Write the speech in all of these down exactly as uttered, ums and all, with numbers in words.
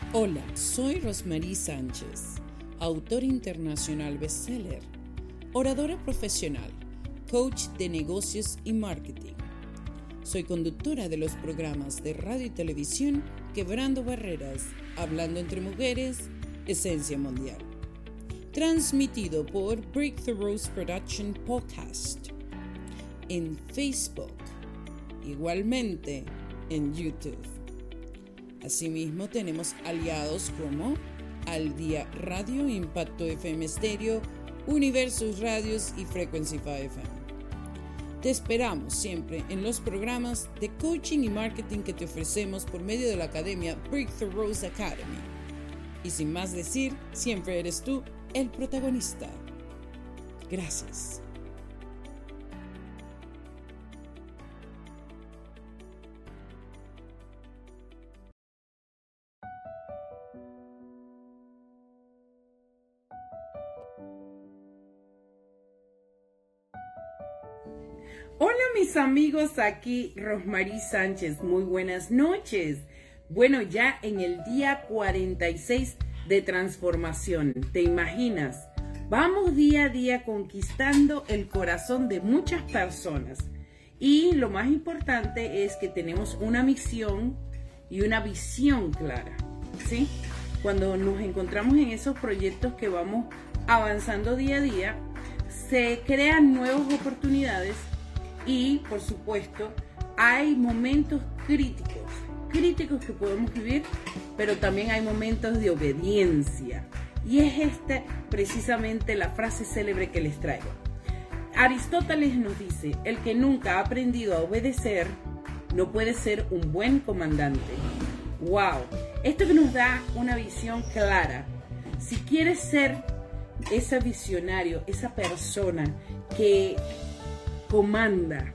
Hola, soy Rosmarie Sánchez, autor internacional bestseller, oradora profesional, coach de negocios y marketing. Soy conductora de los programas de radio y televisión Quebrando Barreras, Hablando entre Mujeres, Esencia Mundial. Transmitido por Breakthroughs Production Podcast en Facebook, igualmente en YouTube. Asimismo, tenemos aliados como Al Día Radio, Impacto F M Stereo, Universus Radios y Frequencify F M. Te esperamos siempre en los programas de coaching y marketing que te ofrecemos por medio de la Academia Breakthroughs Academy. Y sin más decir, siempre eres tú el protagonista. Gracias. Hola mis amigos, aquí Rosmarie Sánchez, muy buenas noches. Bueno, ya en el día cuarenta y seis de transformación, ¿te imaginas? Vamos día a día conquistando el corazón de muchas personas y lo más importante es que tenemos una misión y una visión clara, ¿sí? Cuando nos encontramos en esos proyectos que vamos avanzando día a día, se crean nuevas oportunidades. Y, por supuesto, hay momentos críticos, críticos que podemos vivir, pero también hay momentos de obediencia. Y es esta precisamente la frase célebre que les traigo. Aristóteles nos dice, el que nunca ha aprendido a obedecer no puede ser un buen comandante. ¡Wow! Esto que nos da una visión clara. Si quieres ser ese visionario, esa persona que comanda,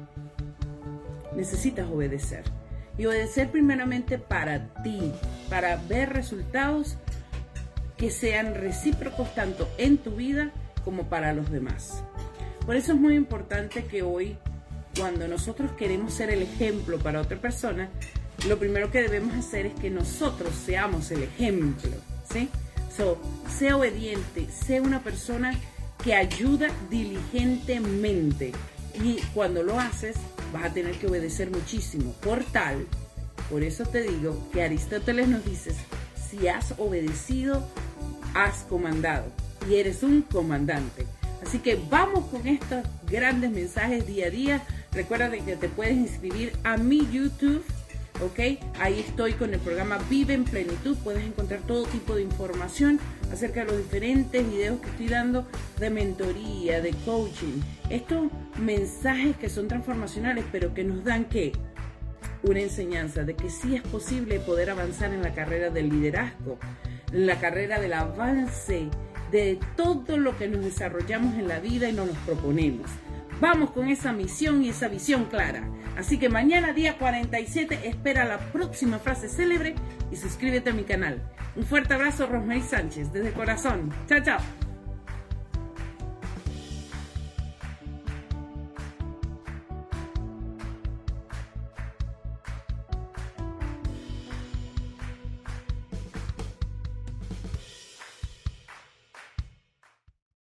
necesitas obedecer y obedecer primeramente para ti, para ver resultados que sean recíprocos tanto en tu vida como para los demás. Por eso es muy importante que hoy, cuando nosotros queremos ser el ejemplo para otra persona, lo primero que debemos hacer es que nosotros seamos el ejemplo, ¿sí? So, sea obediente, sea una persona que ayuda diligentemente, y cuando lo haces vas a tener que obedecer muchísimo. Por tal, por eso te digo que Aristóteles nos dice, si has obedecido, has comandado y eres un comandante. Así que vamos con estos grandes mensajes día a día. Recuerda que te puedes inscribir a mi YouTube. ¿Ok? Ahí estoy con el programa Vive en Plenitud. Puedes encontrar todo tipo de información acerca de los diferentes videos que estoy dando de mentoría, de coaching. Estos mensajes que son transformacionales, pero que nos dan ¿qué? Una enseñanza de que sí es posible poder avanzar en la carrera del liderazgo, en la carrera del avance, de todo lo que nos desarrollamos en la vida y nos los proponemos. Vamos con esa misión y esa visión clara. Así que mañana, día cuarenta y siete, espera la próxima frase célebre y suscríbete a mi canal. Un fuerte abrazo, Rosmarie Sánchez, desde el corazón. Chao, chao.